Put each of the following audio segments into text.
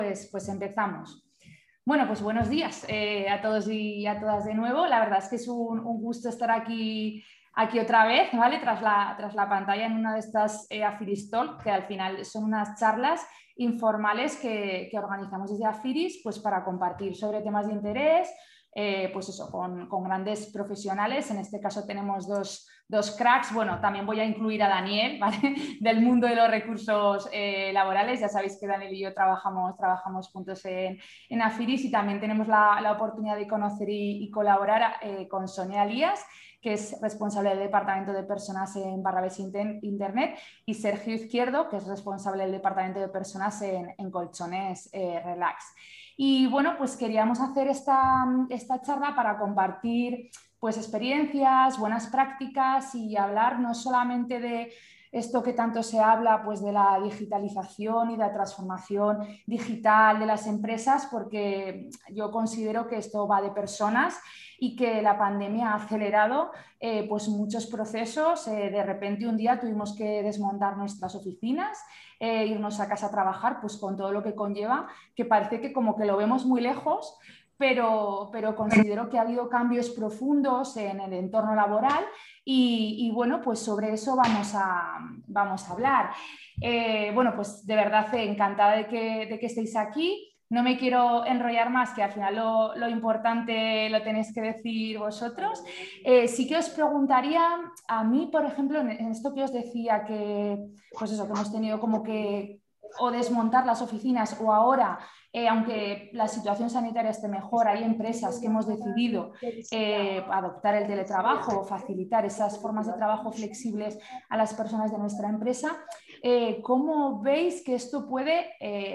Pues empezamos. Bueno, pues buenos días a todos y a todas de nuevo. La verdad es que es un gusto estar aquí otra vez, ¿vale? Tras la pantalla en una de estas Afiris Talk, que al final son unas charlas informales que organizamos desde Afiris, pues para compartir sobre temas de interés, pues eso, con grandes profesionales. En este caso tenemos dos cracks. Bueno, también voy a incluir a Daniel, ¿vale? Del mundo de los recursos laborales. Ya sabéis que Daniel y yo trabajamos juntos en Afiris, y también tenemos la oportunidad de conocer y colaborar con Sonia Elías, que es responsable del Departamento de Personas en Barrabés Internet, y Sergio Izquierdo, que es responsable del Departamento de Personas en Colchones Relax. Y bueno, pues queríamos hacer esta charla para compartir pues experiencias, buenas prácticas y hablar no solamente de esto que tanto se habla, pues de la digitalización y de la transformación digital de las empresas, porque yo considero que esto va de personas y que la pandemia ha acelerado pues muchos procesos. De repente un día tuvimos que desmontar nuestras oficinas, irnos a casa a trabajar, pues con todo lo que conlleva, que parece que como que lo vemos muy lejos, pero considero que ha habido cambios profundos en el entorno laboral y bueno, pues sobre eso vamos a hablar. Bueno, pues de verdad encantada de que estéis aquí. No me quiero enrollar más, que al final lo importante lo tenéis que decir vosotros. Sí que os preguntaría, a mí, por ejemplo, en esto que os decía, pues eso, que hemos tenido como que o desmontar las oficinas, o ahora, aunque la situación sanitaria esté mejor, hay empresas que hemos decidido adoptar el teletrabajo o facilitar esas formas de trabajo flexibles a las personas de nuestra empresa. ¿Cómo veis que esto puede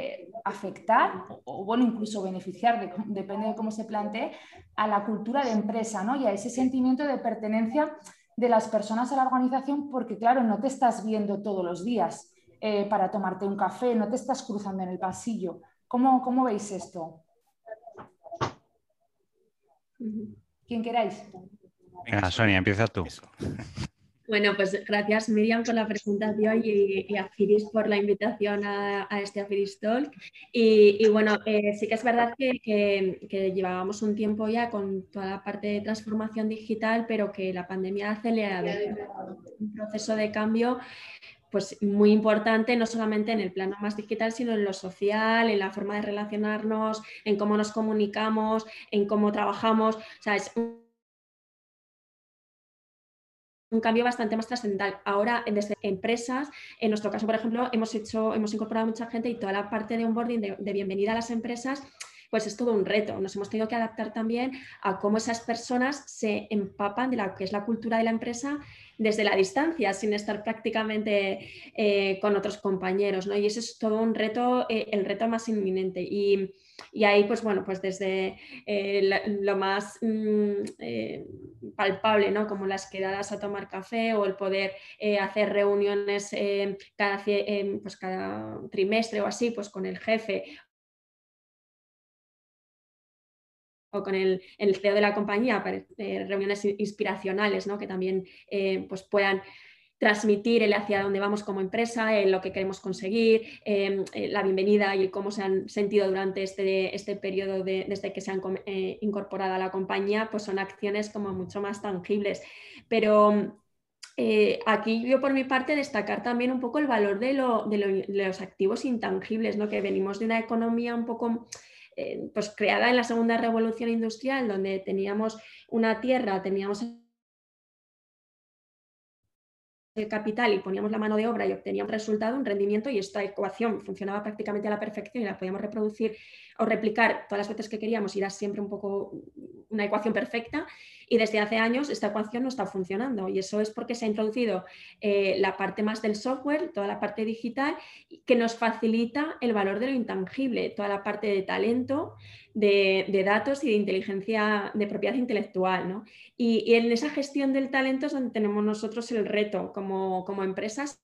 afectar o, bueno, incluso beneficiar, depende de cómo se plantee, a la cultura de empresa, ¿no? Y a ese sentimiento de pertenencia de las personas a la organización? Porque claro, no te estás viendo todos los días para tomarte un café, no te estás cruzando en el pasillo. ¿Cómo veis esto? ¿Quién queráis? Venga, Sonia, empieza tú. Bueno, pues gracias, Miriam, por la presentación y a Afiris por la invitación a este Afiris Talk. Y bueno, sí que es verdad que llevábamos un tiempo ya con toda la parte de transformación digital, pero que la pandemia ha acelerado un proceso de cambio pues muy importante, no solamente en el plano más digital, sino en lo social, en la forma de relacionarnos, en cómo nos comunicamos, en cómo trabajamos. O sea, es un cambio bastante más trascendental. Ahora, desde empresas, en nuestro caso, por ejemplo, hemos incorporado mucha gente, y toda la parte de onboarding, de bienvenida a las empresas, pues es todo un reto. Nos hemos tenido que adaptar también a cómo esas personas se empapan de lo que es la cultura de la empresa desde la distancia, sin estar prácticamente con otros compañeros, ¿no? Y ese es todo un reto, el reto más inminente. Y ahí, pues bueno, pues desde lo más palpable, ¿no? Como las quedadas a tomar café, o el poder hacer reuniones pues cada trimestre o así, pues con el jefe o con el CEO de la compañía, para reuniones inspiracionales, ¿no? Que también pues puedan transmitir el hacia dónde vamos como empresa, lo que queremos conseguir, la bienvenida y el cómo se han sentido durante este periodo desde que se han incorporado a la compañía, pues son acciones como mucho más tangibles. Pero aquí yo por mi parte destacar también un poco el valor de los activos intangibles, ¿no? Que venimos de una economía un poco pues creada en la segunda revolución industrial, donde teníamos una tierra, teníamos el capital y poníamos la mano de obra y obteníamos un resultado, un rendimiento, y esta ecuación funcionaba prácticamente a la perfección y la podíamos reproducir o replicar todas las veces que queríamos, y era siempre un poco una ecuación perfecta. Y desde hace años esta ecuación no está funcionando, y eso es porque se ha introducido la parte más del software, toda la parte digital, que nos facilita el valor de lo intangible, toda la parte de talento, de datos y de inteligencia, de propiedad intelectual, ¿no? Y en esa gestión del talento es donde tenemos nosotros el reto como empresas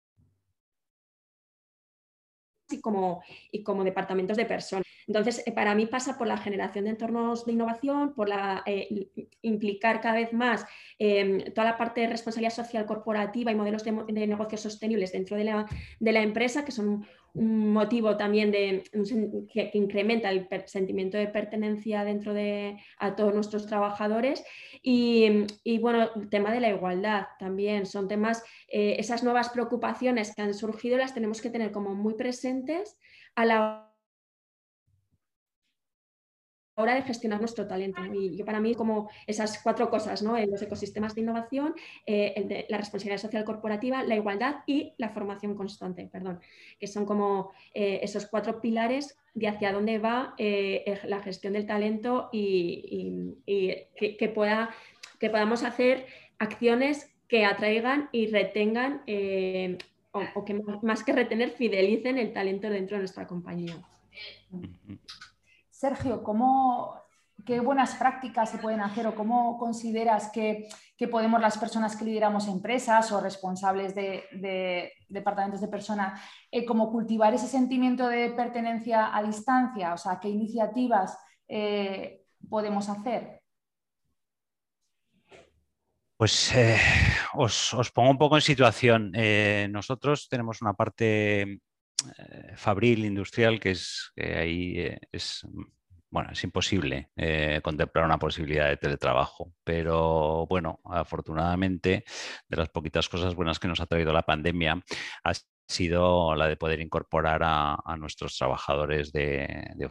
y como departamentos de personas. Entonces, para mí pasa por la generación de entornos de innovación, por implicar cada vez más toda la parte de responsabilidad social corporativa y modelos de negocios sostenibles dentro de la empresa, que son un motivo también que incrementa el sentimiento de pertenencia dentro a todos nuestros trabajadores. Y bueno, el tema de la igualdad también son temas, esas nuevas preocupaciones que han surgido las tenemos que tener como muy presentes a la hora de gestionar nuestro talento, ¿no? Y yo, para mí, como esas 4 cosas, ¿no? Los ecosistemas de innovación, la responsabilidad social corporativa, la igualdad y la formación constante, perdón, que son como esos 4 pilares de hacia dónde va la gestión del talento y que podamos hacer acciones que atraigan y retengan o que más que retener, fidelicen el talento dentro de nuestra compañía. Sergio, ¿qué buenas prácticas se pueden hacer o cómo consideras que podemos las personas que lideramos empresas o responsables de departamentos de personas, cómo cultivar ese sentimiento de pertenencia a distancia? O sea, ¿qué iniciativas podemos hacer? Pues os pongo un poco en situación. Nosotros tenemos una parte fabril, industrial, que ahí bueno, es imposible contemplar una posibilidad de teletrabajo, pero bueno, afortunadamente, de las poquitas cosas buenas que nos ha traído la pandemia ha sido la de poder incorporar a nuestros trabajadores de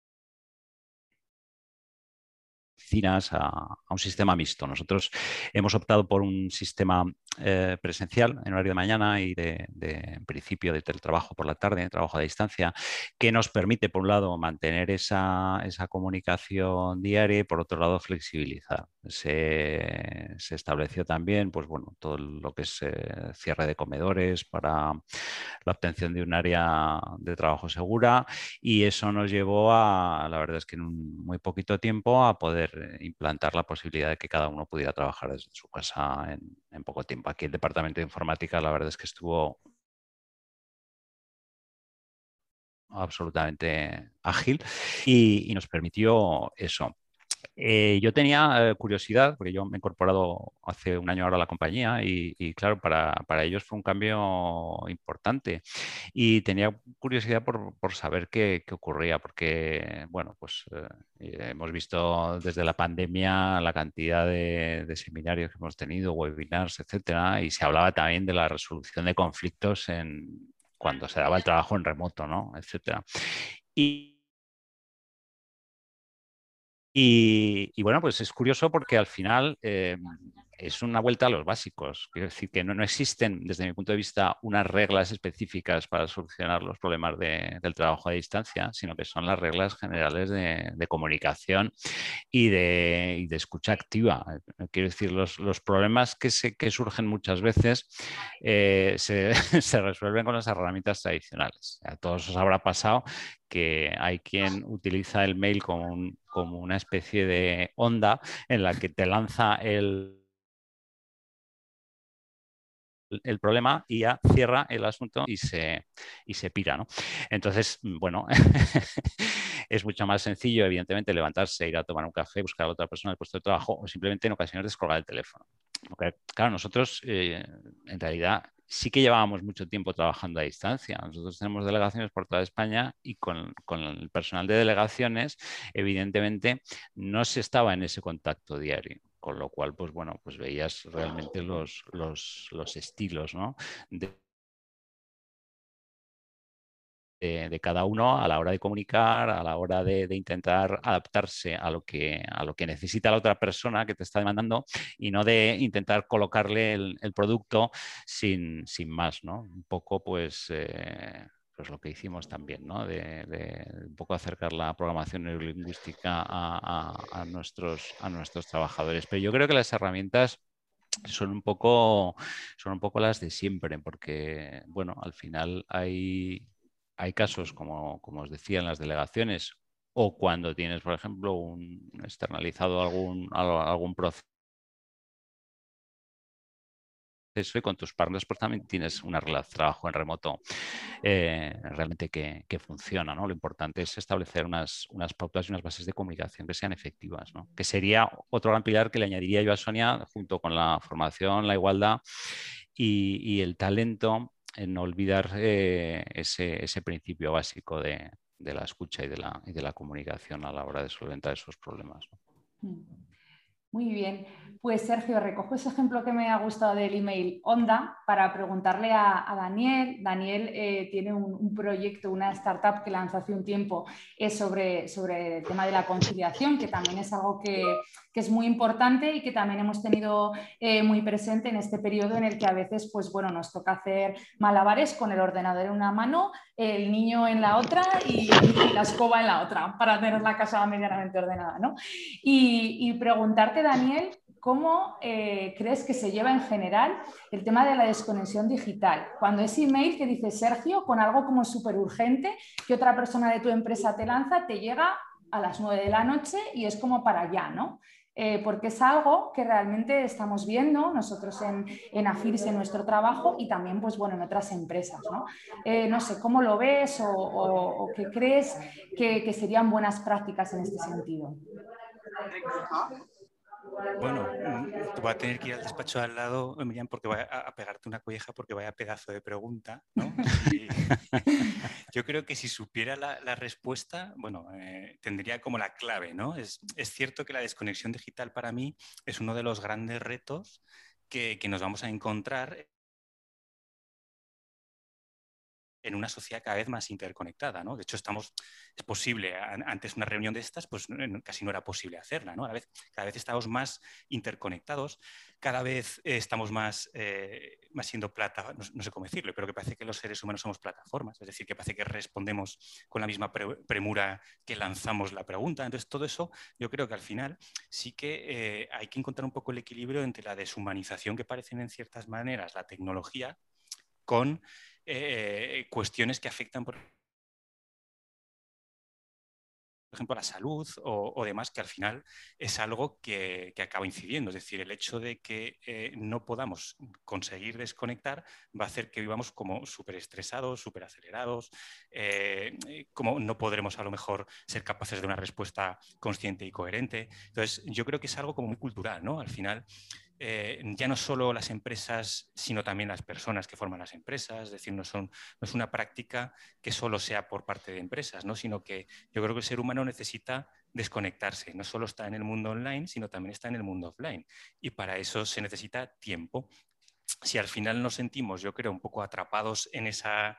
oficinas a un sistema mixto. Nosotros hemos optado por un sistema presencial en horario de mañana y en principio de teletrabajo por la tarde, trabajo a distancia, que nos permite, por un lado, mantener esa comunicación diaria y, por otro lado, flexibilizar. Se estableció también, pues bueno, todo lo que es cierre de comedores para la obtención de un área de trabajo segura, y eso nos llevó la verdad es que en un muy poquito tiempo, a poder implantar la posibilidad de que cada uno pudiera trabajar desde su casa en poco tiempo. Aquí el departamento de informática, la verdad es que estuvo absolutamente ágil y nos permitió eso. Yo tenía curiosidad, porque yo me he incorporado hace un año ahora a la compañía y claro, para ellos fue un cambio importante y tenía curiosidad por saber qué ocurría, porque bueno, pues hemos visto desde la pandemia la cantidad de seminarios que hemos tenido, webinars, etcétera, y se hablaba también de la resolución de conflictos cuando se daba el trabajo en remoto, ¿no? Etcétera. Y bueno, pues es curioso porque al final es una vuelta a los básicos. Quiero decir que no existen, desde mi punto de vista, unas reglas específicas para solucionar los problemas del trabajo a distancia, sino que son las reglas generales de comunicación y de escucha activa. Quiero decir, los problemas que surgen muchas veces se resuelven con las herramientas tradicionales. A todos os habrá pasado que hay quien utiliza el mail como una especie de onda en la que te lanza el problema y ya cierra el asunto y se pira, ¿no? Entonces, bueno, es mucho más sencillo, evidentemente, levantarse, ir a tomar un café, buscar a la otra persona en el puesto de trabajo o simplemente en ocasiones descolgar el teléfono. Porque, claro, nosotros en realidad sí que llevábamos mucho tiempo trabajando a distancia. Nosotros tenemos delegaciones por toda España y con el personal de delegaciones, evidentemente, no se estaba en ese contacto diario. Con lo cual, pues bueno, pues veías realmente los estilos, ¿no? de cada uno a la hora de comunicar, a la hora de intentar adaptarse a lo que necesita la otra persona que te está demandando y no de intentar colocarle el producto sin más, ¿no? Un poco, pues lo que hicimos también, ¿no? De un poco acercar la programación neurolingüística a nuestros trabajadores. Pero yo creo que las herramientas son un poco las de siempre, porque, bueno, al final hay casos, como os decía, en las delegaciones o cuando tienes, por ejemplo, externalizado algún proceso y con tus partners, pues también tienes una relación de trabajo en remoto realmente que funciona, ¿no? Lo importante es establecer unas pautas y unas bases de comunicación que sean efectivas, ¿no? Que sería otro gran pilar que le añadiría yo a Sonia, junto con la formación, la igualdad y el talento. en no olvidar ese principio básico de la escucha y de la comunicación a la hora de solventar esos problemas, ¿no? Muy bien, pues Sergio, recojo ese ejemplo que me ha gustado del email Onda para preguntarle a Daniel. Daniel tiene un proyecto, una startup que lanzó hace un tiempo sobre el tema de la conciliación, que también es algo que es muy importante y que también hemos tenido muy presente en este periodo en el que a veces pues, bueno, nos toca hacer malabares con el ordenador en una mano, el niño en la otra y la escoba en la otra para tener la casa medianamente ordenada, ¿no? Y preguntarte, Daniel, ¿cómo crees que se lleva en general el tema de la desconexión digital? Cuando ese email que dice Sergio, con algo como súper urgente, que otra persona de tu empresa te lanza, te llega a las 9 de la noche y es como para allá, ¿no? Porque es algo que realmente estamos viendo nosotros en AFIRS, en nuestro trabajo y también, pues bueno, en otras empresas, ¿no? No sé, ¿cómo lo ves o qué crees que serían buenas prácticas en este sentido? Bueno, te voy a tener que ir al despacho de al lado, Miriam, porque voy a pegarte una colleja porque vaya pedazo de pregunta, ¿no? Yo creo que si supiera la respuesta, bueno, tendría como la clave, ¿no? Es cierto que la desconexión digital para mí es uno de los grandes retos que nos vamos a encontrar en una sociedad cada vez más interconectada, ¿no? De hecho, es posible, antes una reunión de estas, pues casi no era posible hacerla, ¿no? Cada vez estamos más interconectados, cada vez estamos más siendo no sé cómo decirlo, pero que parece que los seres humanos somos plataformas, es decir, que parece que respondemos con la misma premura que lanzamos la pregunta. Entonces, todo eso yo creo que al final sí que hay que encontrar un poco el equilibrio entre la deshumanización que parecen en ciertas maneras la tecnología con cuestiones que afectan, por ejemplo, a la salud o demás, que al final es algo que acaba incidiendo. Es decir, el hecho de que no podamos conseguir desconectar va a hacer que vivamos como súper estresados, súper acelerados, como no podremos a lo mejor ser capaces de una respuesta consciente y coherente. Entonces, yo creo que es algo como muy cultural, ¿no? Al final, ya no solo las empresas, sino también las personas que forman las empresas. Es decir, no es una práctica que solo sea por parte de empresas, ¿no? Sino que yo creo que el ser humano necesita desconectarse. No solo está en el mundo online, sino también está en el mundo offline. Y para eso se necesita tiempo. Si al final nos sentimos, yo creo, un poco atrapados en esa...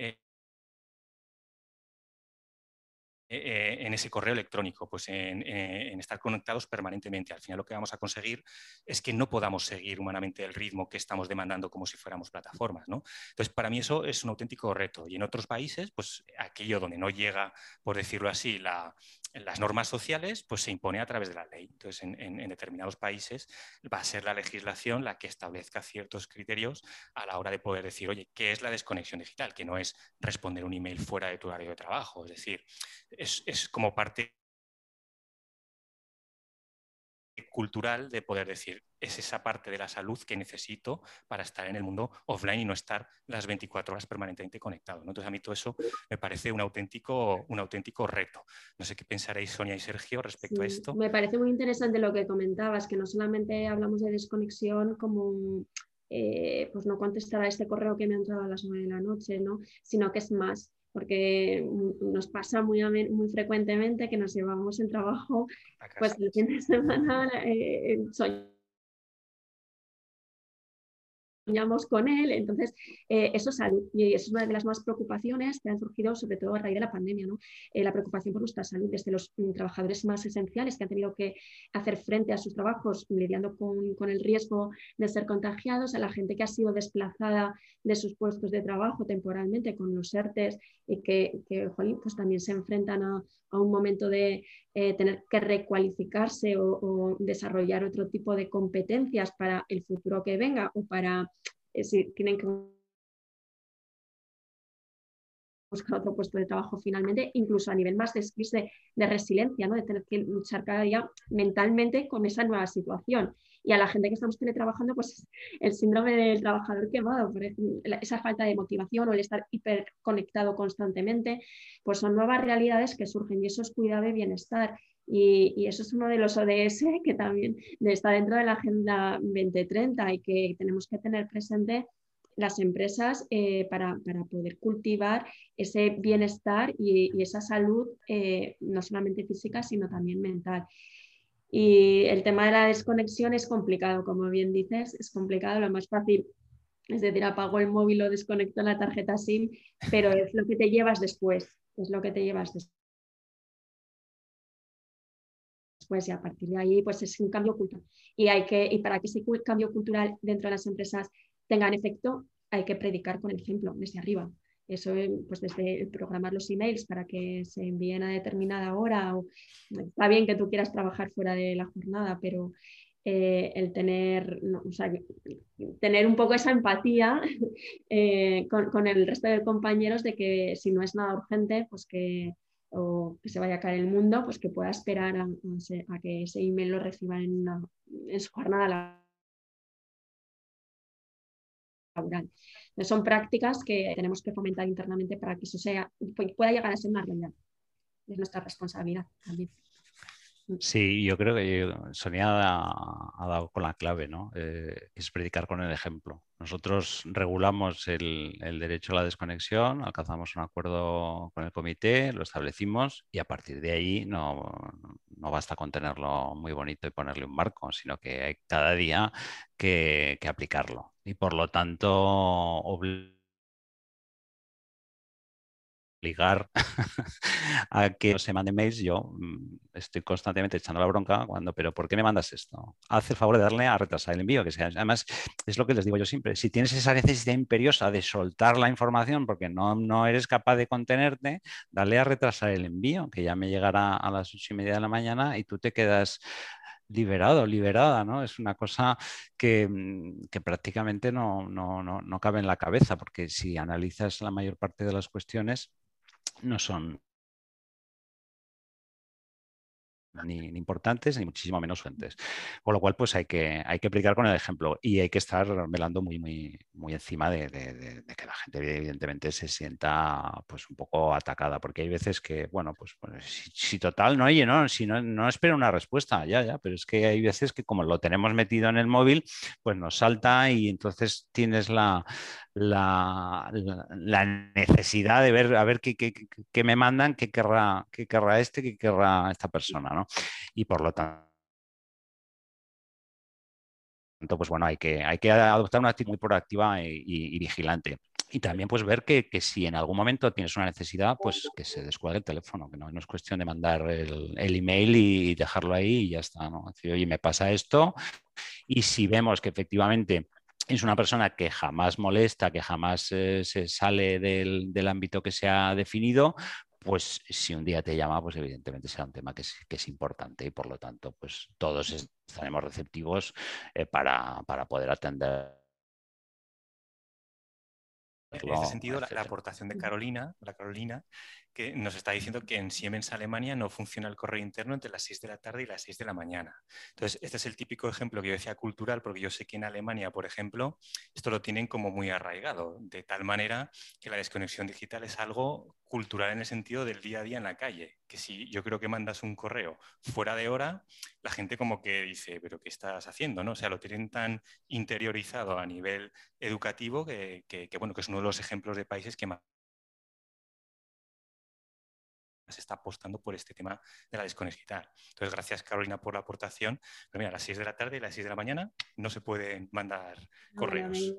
en ese correo electrónico, pues en estar conectados permanentemente. Al final lo que vamos a conseguir es que no podamos seguir humanamente el ritmo que estamos demandando como si fuéramos plataformas, ¿no? Entonces, para mí eso es un auténtico reto. Y en otros países, pues aquello donde no llega, por decirlo así, las normas sociales, pues se impone a través de la ley. Entonces, en determinados países va a ser la legislación la que establezca ciertos criterios a la hora de poder decir, oye, ¿qué es la desconexión digital? Que no es responder un email fuera de tu horario de trabajo. Es decir, es como parte cultural de poder decir, es esa parte de la salud que necesito para estar en el mundo offline y no estar las 24 horas permanentemente conectado, ¿no? Entonces, a mí todo eso me parece un auténtico reto. No sé qué pensaréis, Sonia y Sergio, respecto a esto. Me parece muy interesante lo que comentabas, que no solamente hablamos de desconexión como pues no contestar a este correo que me ha entrado a las 9 de la noche, ¿no? Sino que es más, porque nos pasa muy frecuentemente que nos llevamos el trabajo, pues el fin de semana soñamos con él, entonces eso es salud y es una de las más preocupaciones que han surgido sobre todo a raíz de la pandemia, ¿no? La preocupación por nuestra salud desde los trabajadores más esenciales que han tenido que hacer frente a sus trabajos lidiando con el riesgo de ser contagiados, a la gente que ha sido desplazada de sus puestos de trabajo temporalmente con los ERTES y que jolín, pues también se enfrentan a un momento de tener que recualificarse o desarrollar otro tipo de competencias para el futuro que venga o para si tienen que buscar otro puesto de trabajo finalmente, incluso a nivel más de resiliencia, ¿no? De tener que luchar cada día mentalmente con esa nueva situación. Y a la gente que estamos teletrabajando, pues el síndrome del trabajador quemado, por ejemplo, esa falta de motivación o el estar hiperconectado constantemente, pues son nuevas realidades que surgen y eso es cuidado y bienestar. Y eso es uno de los ODS que también está dentro de la Agenda 2030 y que tenemos que tener presente las empresas para poder cultivar ese bienestar y esa salud, no solamente física, sino también mental. Y el tema de la desconexión es complicado, como bien dices, es complicado. Lo más fácil es decir, apago el móvil o desconecto la tarjeta SIM, pero es lo que te llevas después, es lo que te llevas después, y a partir de ahí pues es un cambio cultural. Y para que ese cambio cultural dentro de las empresas tenga efecto, hay que predicar con el ejemplo, desde arriba. Eso, pues desde programar los emails para que se envíen a determinada hora. Está bien que tú quieras trabajar fuera de la jornada, pero el tener, no, o sea, tener un poco esa empatía con el resto de compañeros de que si no es nada urgente, pues o que se vaya a caer el mundo, pues que pueda esperar a que ese email lo reciba en su jornada laboral. Entonces, son prácticas que tenemos que fomentar internamente para que eso pueda llegar a ser una realidad. Es nuestra responsabilidad también. Sí, yo creo que Sonia ha dado con la clave, ¿no? Es predicar con el ejemplo. Nosotros regulamos el derecho a la desconexión, alcanzamos un acuerdo con el comité, lo establecimos y a partir de ahí no basta con tenerlo muy bonito y ponerle un marco, sino que hay cada día que aplicarlo. Y por lo tanto, obligar a que no se manden mails, yo estoy constantemente echando la bronca pero ¿por qué me mandas esto? Haz el favor de darle a retrasar el envío, que sea. Además, es lo que les digo yo siempre, si tienes esa necesidad imperiosa de soltar la información porque no eres capaz de contenerte, dale a retrasar el envío, que ya me llegará a las 8:30 de la mañana y tú te quedas liberado, liberada, ¿no? Es una cosa que prácticamente no cabe en la cabeza, porque si analizas la mayor parte de las cuestiones, no son ni importantes ni muchísimo menos fuentes. Con lo cual, pues hay que aplicar con el ejemplo y hay que estar velando muy encima de que la gente evidentemente se sienta pues un poco atacada, porque hay veces que, bueno, pues si total, no, oye, no, si no espera una respuesta, ya, pero es que hay veces que como lo tenemos metido en el móvil, pues nos salta y entonces tienes la necesidad de ver a ver qué me mandan, qué querrá qué querrá esta persona, ¿no? Y por lo tanto, pues bueno, hay que adoptar una actitud muy proactiva y vigilante. Y también pues ver que si en algún momento tienes una necesidad, pues que se descuelgue el teléfono, que no es cuestión de mandar el email y dejarlo ahí y ya está, ¿no? Es decir, oye, me pasa esto, y si vemos que efectivamente es una persona que jamás molesta, que jamás se sale del ámbito que se ha definido, pues si un día te llama, pues evidentemente será un tema que es importante y por lo tanto, pues todos estaremos receptivos para poder atender. En este sentido, la aportación de Carolina, que nos está diciendo que en Siemens, Alemania, no funciona el correo interno entre las 6 de la tarde y las 6 de la mañana. Entonces, este es el típico ejemplo que yo decía cultural, porque yo sé que en Alemania, por ejemplo, esto lo tienen como muy arraigado, de tal manera que la desconexión digital es algo cultural en el sentido del día a día en la calle, que si yo creo que mandas un correo fuera de hora, la gente como que dice, pero ¿qué estás haciendo? ¿No? O sea, lo tienen tan interiorizado a nivel educativo bueno, que es uno de los ejemplos de países que más se está apostando por este tema de la desconexión digital. Entonces, gracias Carolina por la aportación. Pero mira, a las 6 de la tarde y a las 6 de la mañana no se pueden mandar correos.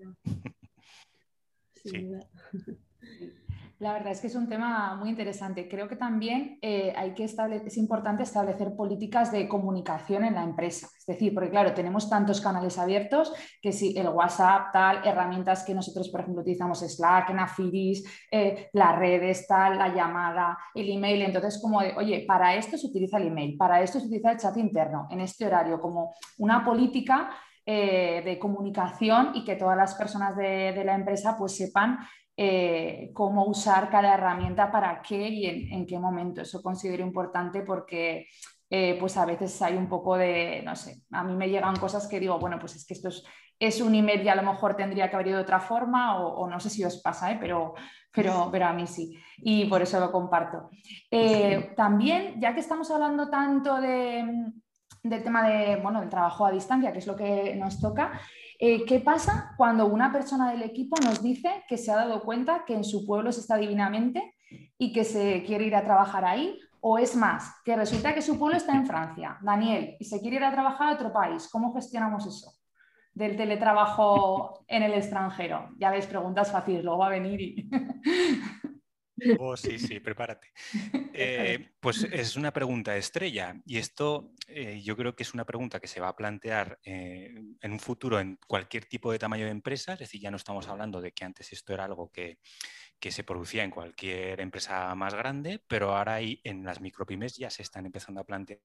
Sí. La verdad es que es un tema muy interesante. Creo que también es importante establecer políticas de comunicación en la empresa. Es decir, porque claro, tenemos tantos canales abiertos que si el WhatsApp, tal, herramientas que nosotros, por ejemplo, utilizamos Slack, Nafiris, las redes, tal, la llamada, el email. Entonces, como de, oye, para esto se utiliza el email, para esto se utiliza el chat interno, en este horario, como una política de comunicación y que todas las personas de la empresa pues sepan cómo usar cada herramienta para qué y en qué momento. Eso considero importante porque pues a veces hay un poco de, no sé, a mí me llegan cosas que digo, bueno, pues es que esto es un email y a lo mejor tendría que haber ido de otra forma o no sé si os pasa, pero a mí sí y por eso lo comparto. También, ya que estamos hablando tanto del tema del trabajo a distancia, que es lo que nos toca, ¿Qué pasa cuando una persona del equipo nos dice que se ha dado cuenta que en su pueblo se está divinamente y que se quiere ir a trabajar ahí? O es más, que resulta que su pueblo está en Francia, Daniel, y se quiere ir a trabajar a otro país. ¿Cómo gestionamos eso? Del teletrabajo en el extranjero. Ya ves, preguntas fáciles, luego va a venir y... Oh, sí, sí, prepárate. Pues es una pregunta estrella y esto yo creo que es una pregunta que se va a plantear en un futuro en cualquier tipo de tamaño de empresa, es decir, ya no estamos hablando de que antes esto era algo que se producía en cualquier empresa más grande, pero ahora en las micropymes ya se están empezando a plantear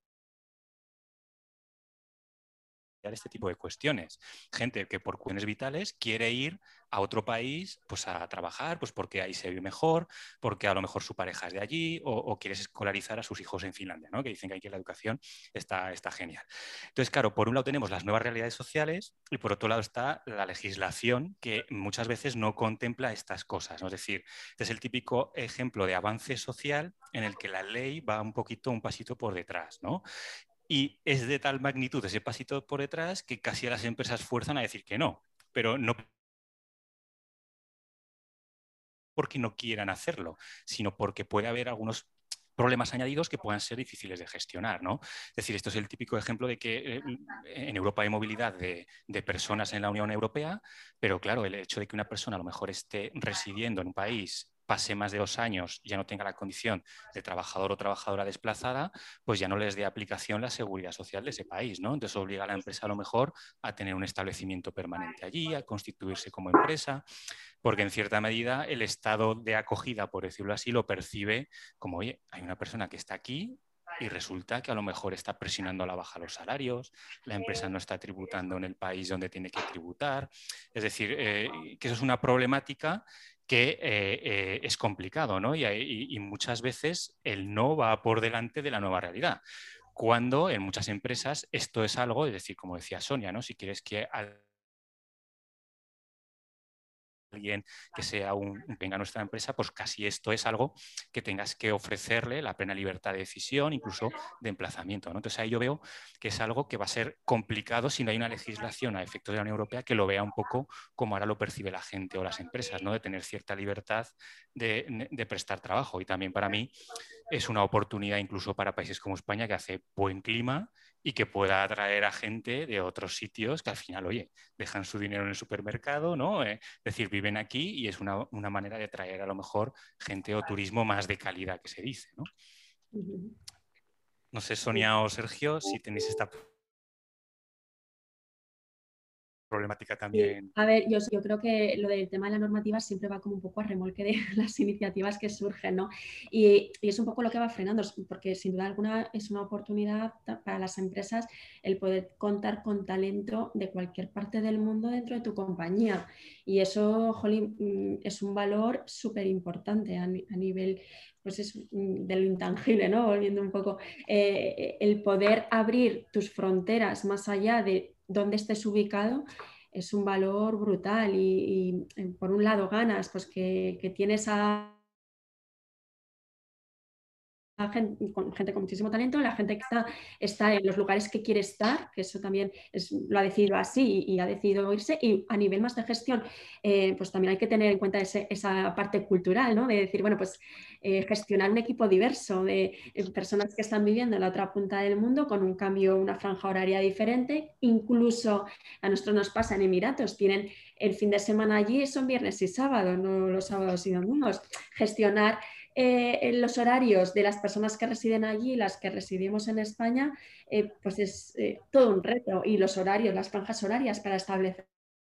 este tipo de cuestiones. Gente que por cuestiones vitales quiere ir a otro país pues a trabajar, pues porque ahí se vive mejor, porque a lo mejor su pareja es de allí o quieres escolarizar a sus hijos en Finlandia, ¿no? Que dicen que aquí la educación está genial. Entonces, claro, por un lado tenemos las nuevas realidades sociales y por otro lado está la legislación que muchas veces no contempla estas cosas, ¿no? Es decir, este es el típico ejemplo de avance social en el que la ley va un pasito por detrás, ¿no? Y es de tal magnitud ese pasito por detrás que casi a las empresas fuerzan a decir que no, pero no porque no quieran hacerlo, sino porque puede haber algunos problemas añadidos que puedan ser difíciles de gestionar, ¿no? Es decir, esto es el típico ejemplo de que en Europa hay movilidad de personas en la Unión Europea, pero claro, el hecho de que una persona a lo mejor esté residiendo en un país, pase más de 2 años, ya no tenga la condición de trabajador o trabajadora desplazada, pues ya no les dé aplicación la seguridad social de ese país, ¿no? Entonces obliga a la empresa a lo mejor a tener un establecimiento permanente allí, a constituirse como empresa, porque en cierta medida el estado de acogida, por decirlo así, lo percibe como, oye, hay una persona que está aquí y resulta que a lo mejor está presionando a la baja los salarios, la empresa no está tributando en el país donde tiene que tributar. Es decir, que eso es una problemática que es complicado, ¿no? Y muchas veces el no va por delante de la nueva realidad. Cuando en muchas empresas esto es algo, es decir, como decía Sonia, ¿no? Si quieres que alguien que sea venga a nuestra empresa, pues casi esto es algo que tengas que ofrecerle la plena libertad de decisión, incluso de emplazamiento, ¿no? Entonces ahí yo veo que es algo que va a ser complicado si no hay una legislación a efectos de la Unión Europea que lo vea un poco como ahora lo percibe la gente o las empresas, ¿no? De tener cierta libertad de prestar trabajo. Y también para mí es una oportunidad incluso para países como España, que hace buen clima y que pueda atraer a gente de otros sitios que al final, oye, dejan su dinero en el supermercado, ¿no? Es decir, viven aquí y es una manera de traer a lo mejor gente o turismo más de calidad que se dice, ¿no? No sé, Sonia o Sergio, si tenéis esta problemática Sí, también. a ver, yo creo que lo del tema de la normativa siempre va como un poco a remolque de las iniciativas que surgen, ¿no? Y es un poco lo que va frenando, porque sin duda alguna es una oportunidad para las empresas el poder contar con talento de cualquier parte del mundo dentro de tu compañía. Y eso, jolín, es un valor súper importante a nivel pues de lo intangible, ¿no? Volviendo un poco, el poder abrir tus fronteras más allá de dónde estés ubicado es un valor brutal y por un lado ganas pues que tienes a gente con muchísimo talento, la gente que está en los lugares que quiere estar, que eso también lo ha decidido así y ha decidido irse, y a nivel más de gestión, pues también hay que tener en cuenta esa parte cultural, ¿no? De decir, bueno, pues gestionar un equipo diverso de personas que están viviendo en la otra punta del mundo con un cambio, una franja horaria diferente, incluso a nosotros nos pasa en Emiratos, tienen el fin de semana allí, son viernes y sábado, no los sábados y domingos. Gestionar los horarios de las personas que residen allí y las que residimos en España, pues es todo un reto. Y los horarios, las franjas horarias para establecer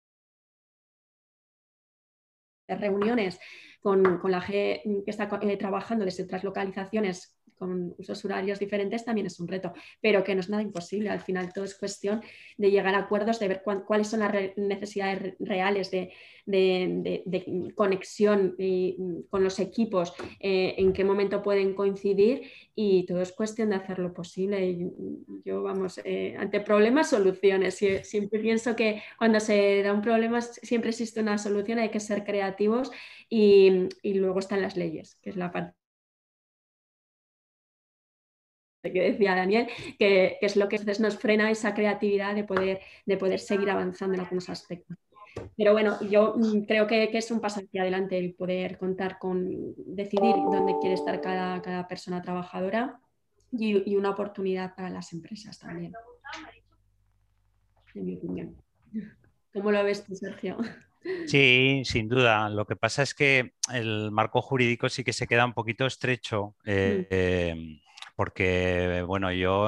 reuniones con la gente que está trabajando desde otras localizaciones con usos horarios diferentes también es un reto, pero que no es nada imposible. Al final todo es cuestión de llegar a acuerdos, de ver cuáles son las necesidades reales de conexión con los equipos, en qué momento pueden coincidir, y todo es cuestión de hacerlo posible. Y yo, vamos, ante problemas, soluciones. Siempre pienso que cuando se da un problema siempre existe una solución, hay que ser creativos y luego están las leyes, que es la parte que decía Daniel, que es lo que a veces nos frena esa creatividad de poder seguir avanzando en algunos aspectos. Pero bueno, yo creo que es un paso hacia adelante el poder contar con, decidir dónde quiere estar cada persona trabajadora y una oportunidad para las empresas también, en mi opinión. ¿Cómo lo ves tú, Sergio? Sí, sin duda. Lo que pasa es que el marco jurídico sí que se queda un poquito estrecho, porque, bueno, yo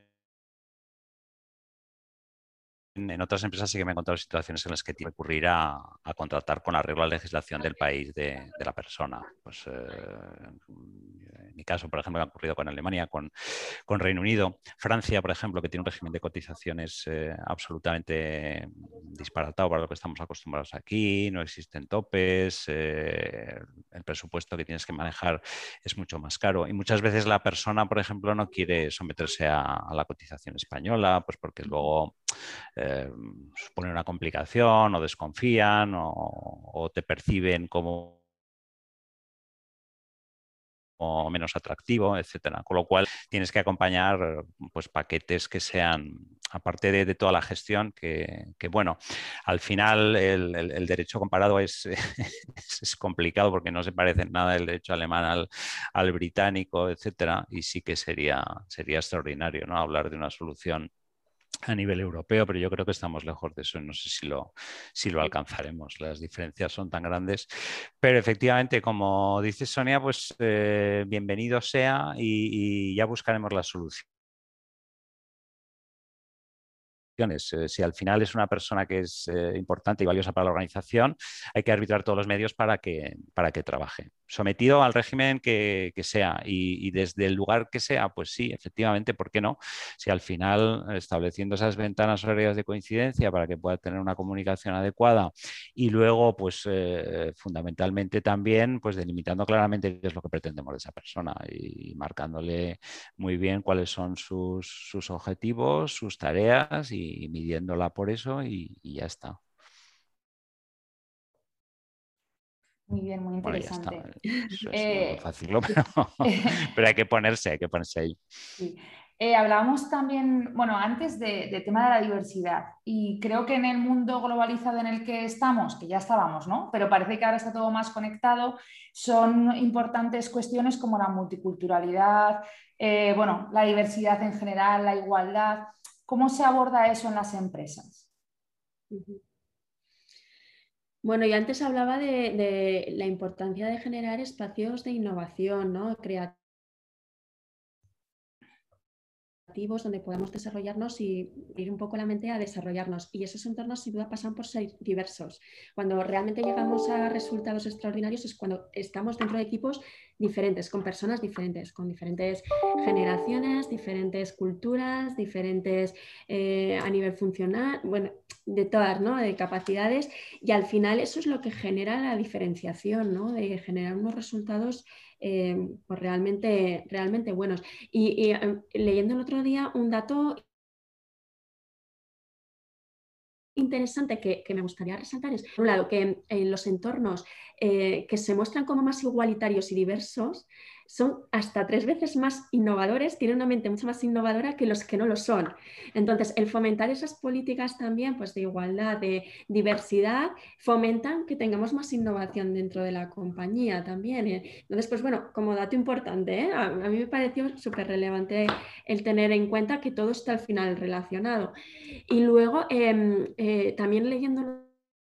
en otras empresas sí que me he encontrado situaciones en las que tengo que recurrir a contratar con arreglo a la legislación del país de la persona. Pues, en mi caso, por ejemplo, me ha ocurrido con Alemania, con Reino Unido. Francia, por ejemplo, que tiene un régimen de cotizaciones absolutamente disparatado para lo que estamos acostumbrados aquí, no existen topes, el presupuesto que tienes que manejar es mucho más caro y muchas veces la persona, por ejemplo, no quiere someterse a la cotización española, pues porque luego supone una complicación o desconfían o te perciben como menos atractivo, etcétera. Con lo cual tienes que acompañar pues paquetes que sean, aparte de toda la gestión, que bueno, al final el derecho comparado es complicado porque no se parece en nada el derecho alemán al británico, etcétera, y sí que sería extraordinario, ¿no? Hablar de una solución a nivel europeo, pero yo creo que estamos lejos de eso. No sé si lo alcanzaremos. Las diferencias son tan grandes. Pero efectivamente, como dice Sonia, pues bienvenido sea y ya buscaremos la solución. Si al final es una persona que es importante y valiosa para la organización, hay que arbitrar todos los medios para que trabaje. Sometido al régimen que sea y desde el lugar que sea, pues sí, efectivamente, ¿por qué no? Si al final estableciendo esas ventanas horarias de coincidencia para que pueda tener una comunicación adecuada y luego, pues fundamentalmente también, pues delimitando claramente qué es lo que pretendemos de esa persona y marcándole muy bien cuáles son sus objetivos, sus tareas y midiéndola por eso y ya está. Muy bien, muy Bueno, ya está. interesante. Es muy fácil, ¿no? Pero hay que ponerse ahí. Sí. Hablábamos también, bueno, antes de tema de la diversidad y creo que en el mundo globalizado en el que estamos, que ya estábamos, ¿no? Pero parece que ahora está todo más conectado, son importantes cuestiones como la multiculturalidad, bueno, la diversidad en general, la igualdad. ¿Cómo se aborda eso en las empresas? Bueno, yo antes hablaba de la importancia de generar espacios de innovación, ¿no? Creativos, donde podamos desarrollarnos y ir un poco la mente a desarrollarnos. Y esos entornos sin duda pasan por ser diversos. Cuando realmente llegamos a resultados extraordinarios es cuando estamos dentro de equipos diferentes, con personas diferentes, con diferentes generaciones, diferentes culturas, diferentes a nivel funcional, bueno, de todas, ¿no? De capacidades. Y al final eso es lo que genera la diferenciación, ¿no? De generar unos resultados pues realmente buenos. Y leyendo el otro día un dato interesante que me gustaría resaltar es, por un lado, que en los entornos que se muestran como más igualitarios y diversos son hasta 3 veces más innovadores, tienen una mente mucho más innovadora que los que no lo son. Entonces, el fomentar esas políticas también pues, de igualdad, de diversidad, fomentan que tengamos más innovación dentro de la compañía también. Entonces, pues bueno, como dato importante, a mí me pareció súper relevante el tener en cuenta que todo está al final relacionado. Y luego, también leyendo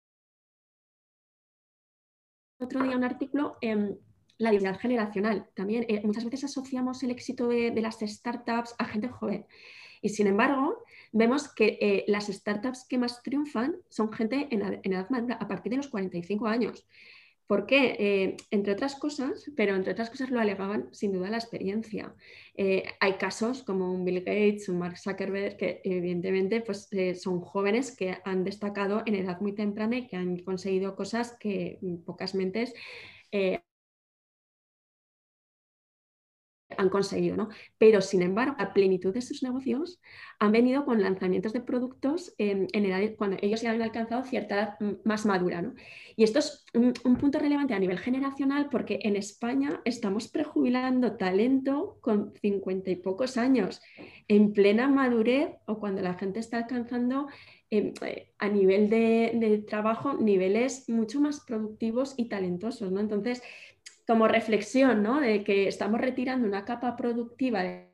otro día un artículo, la diversidad generacional. También muchas veces asociamos el éxito de las startups a gente joven. Y sin embargo, vemos que las startups que más triunfan son gente en edad madura, a partir de los 45 años. ¿Por qué? Entre otras cosas, pero entre otras cosas lo alegaban sin duda la experiencia. Hay casos como un Bill Gates, un Mark Zuckerberg, que evidentemente pues, son jóvenes que han destacado en edad muy temprana y que han conseguido cosas que pocas mentes han conseguido, ¿no? Pero, sin embargo, la plenitud de sus negocios han venido con lanzamientos de productos en edades cuando ellos ya han alcanzado cierta edad más madura, ¿no? Y esto es un punto relevante a nivel generacional porque en España estamos prejubilando talento con 50 y pocos años, en plena madurez o cuando la gente está alcanzando a nivel de trabajo niveles mucho más productivos y talentosos, ¿no? Entonces, como reflexión, ¿no? De que estamos retirando una capa productiva del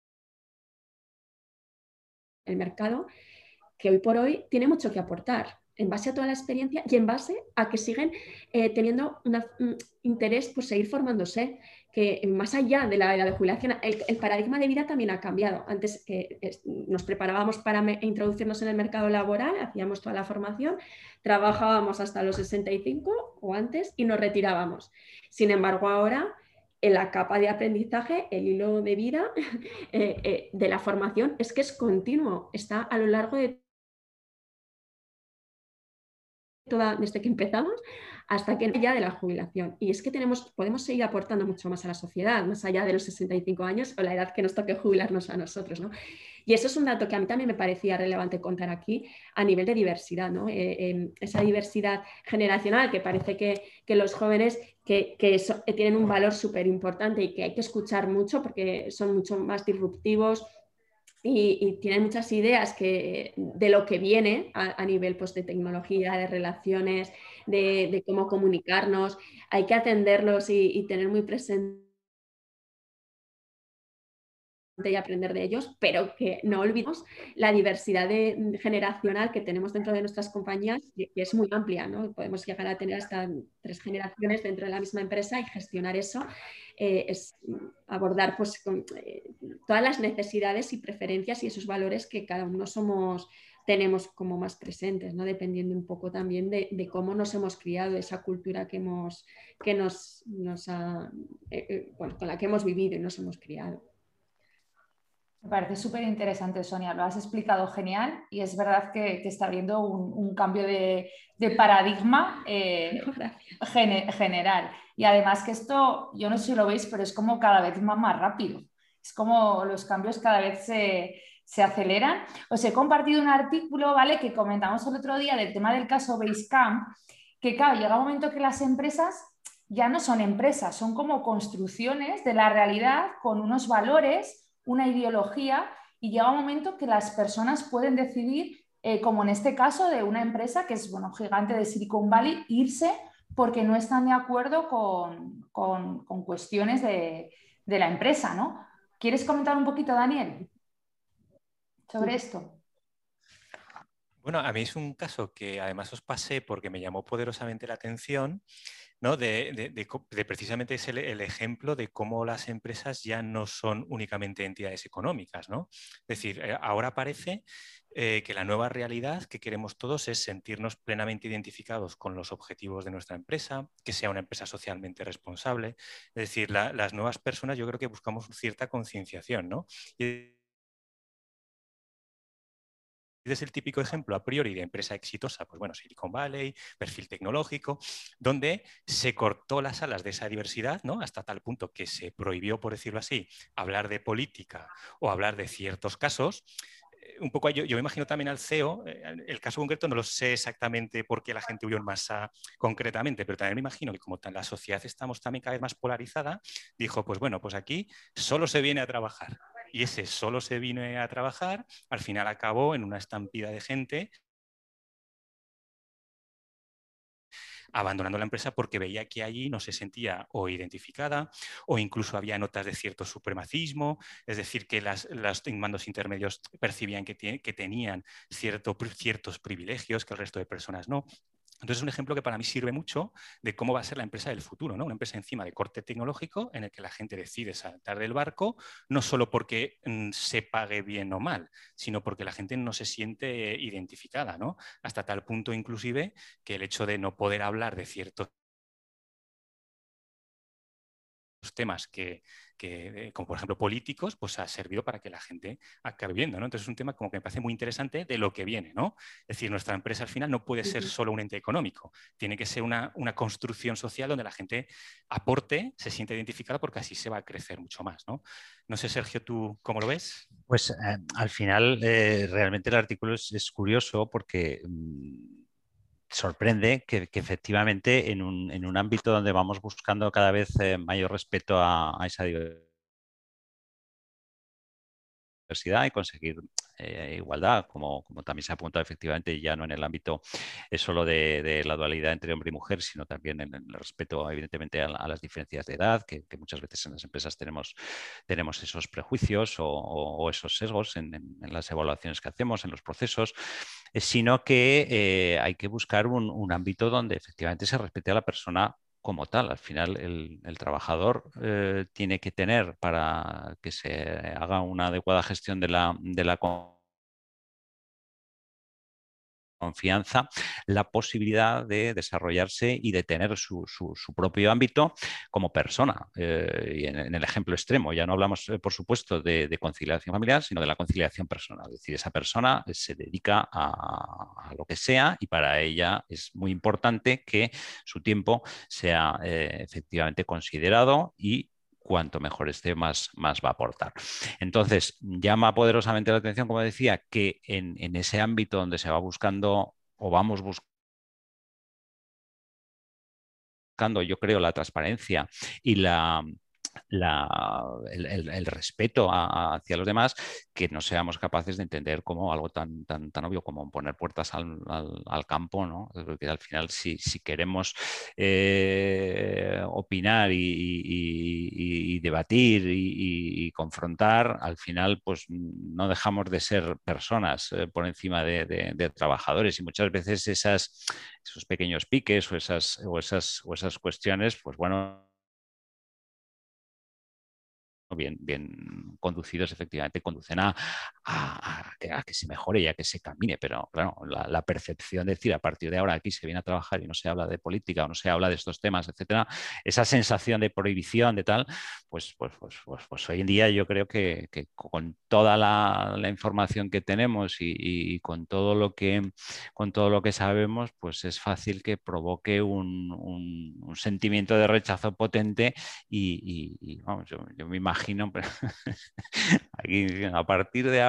mercado que hoy por hoy tiene mucho que aportar en base a toda la experiencia y en base a que siguen teniendo un interés por seguir formándose, que más allá de la edad de jubilación, el paradigma de vida también ha cambiado. Antes nos preparábamos para introducirnos en el mercado laboral, hacíamos toda la formación, trabajábamos hasta los 65 o antes y nos retirábamos. Sin embargo, ahora en la capa de aprendizaje, el hilo de vida de la formación es que es continuo, está a lo largo de desde que empezamos hasta que ya de la jubilación. Y es que podemos seguir aportando mucho más a la sociedad, más allá de los 65 años o la edad que nos toque jubilarnos a nosotros, ¿no? Y eso es un dato que a mí también me parecía relevante contar aquí a nivel de diversidad, ¿no? Esa diversidad generacional que parece que los jóvenes que tienen un valor súper importante y que hay que escuchar mucho porque son mucho más disruptivos, y tienen muchas ideas de lo que viene a nivel pues, de tecnología, de relaciones, de cómo comunicarnos. Hay que atenderlos y tener muy presente y aprender de ellos, pero que no olvidemos la diversidad generacional que tenemos dentro de nuestras compañías, que es muy amplia, ¿no? Podemos llegar a tener hasta 3 generaciones dentro de la misma empresa y gestionar eso es abordar pues, todas las necesidades y preferencias y esos valores que cada uno tenemos como más presentes, ¿no? Dependiendo un poco también de cómo nos hemos criado, esa cultura bueno, con la que hemos vivido y nos hemos criado. Me parece súper interesante, Sonia, lo has explicado genial y es verdad que está habiendo un cambio de paradigma general. Y además que esto, yo no sé si lo veis, pero es como cada vez más rápido. Es como los cambios cada vez se aceleran. Os he compartido un artículo, ¿vale?, que comentamos el otro día del tema del caso Basecamp, que claro, llega un momento que las empresas ya no son empresas, son como construcciones de la realidad con unos valores, una ideología, y llega un momento que las personas pueden decidir, como en este caso de una empresa que es gigante de Silicon Valley, irse porque no están de acuerdo con cuestiones de la empresa, ¿no? ¿Quieres comentar un poquito, Daniel, sobre esto? Bueno, a mí es un caso que además os pasé porque me llamó poderosamente la atención, ¿no? de precisamente es el ejemplo de cómo las empresas ya no son únicamente entidades económicas, ¿no? Es decir, ahora parece que la nueva realidad que queremos todos es sentirnos plenamente identificados con los objetivos de nuestra empresa, que sea una empresa socialmente responsable. Es decir, las nuevas personas yo creo que buscamos cierta concienciación, ¿no? Y es el típico ejemplo a priori de empresa exitosa, pues bueno, Silicon Valley, perfil tecnológico, donde se cortó las alas de esa diversidad, ¿no? Hasta tal punto que se prohibió, por decirlo así, hablar de política o hablar de ciertos casos. Un poco yo me imagino también al CEO, el caso concreto no lo sé exactamente por qué la gente huyó en masa concretamente, pero también me imagino que como la sociedad estamos también cada vez más polarizada, dijo, pues bueno, pues aquí solo se viene a trabajar. Y ese solo se vino a trabajar, al final acabó en una estampida de gente abandonando la empresa porque veía que allí no se sentía o identificada o incluso había notas de cierto supremacismo, es decir, que los mandos intermedios percibían que tenían ciertos privilegios que el resto de personas no. Entonces es un ejemplo que para mí sirve mucho de cómo va a ser la empresa del futuro, ¿no? Una empresa encima de corte tecnológico en el que la gente decide saltar del barco, no solo porque se pague bien o mal, sino porque la gente no se siente identificada, ¿no? Hasta tal punto inclusive que el hecho de no poder hablar de ciertos temas que como por ejemplo políticos, pues ha servido para que la gente acabe viendo, ¿no? Entonces es un tema como que me parece muy interesante de lo que viene, ¿no? Es decir, nuestra empresa al final no puede ser solo un ente económico, tiene que ser una construcción social donde la gente aporte, se siente identificada, porque así se va a crecer mucho más, ¿no? No sé, Sergio, ¿tú cómo lo ves? Pues al final realmente el artículo es curioso porque sorprende que efectivamente en un ámbito donde vamos buscando cada vez mayor respeto a esa diversidad y conseguir igualdad, como también se ha apuntado efectivamente, ya no en el ámbito solo de la dualidad entre hombre y mujer, sino también en el respeto, evidentemente, a las diferencias de edad, que muchas veces en las empresas tenemos esos prejuicios o esos sesgos en las evaluaciones que hacemos, en los procesos, sino que hay que buscar un ámbito donde efectivamente se respete a la persona como tal. Al final, el trabajador tiene que tener, para que se haga una adecuada gestión de la confianza, la posibilidad de desarrollarse y de tener su propio ámbito como persona. Y en el ejemplo extremo, ya no hablamos, por supuesto, de conciliación familiar, sino de la conciliación personal. Es decir, esa persona se dedica a lo que sea y para ella es muy importante que su tiempo sea efectivamente considerado y cuanto mejor esté, más va a aportar. Entonces, llama poderosamente la atención, como decía, que en ese ámbito donde se va buscando o vamos buscando, yo creo, la transparencia y el respeto hacia los demás, que no seamos capaces de entender como algo tan obvio como poner puertas al campo, ¿no? Porque al final, si queremos opinar y debatir y confrontar, al final pues no dejamos de ser personas por encima de trabajadores, y muchas veces esos pequeños piques o esas cuestiones, pues bueno, bien conducidos, efectivamente conducen a que se mejore y a que se camine. Pero claro, la percepción de decir, a partir de ahora aquí se viene a trabajar y no se habla de política o no se habla de estos temas, etcétera, esa sensación de prohibición, de tal, pues hoy en día yo creo que con toda la información que tenemos y con todo lo que sabemos, pues es fácil que provoque un sentimiento de rechazo potente y vamos, yo me imagino pero aquí a partir de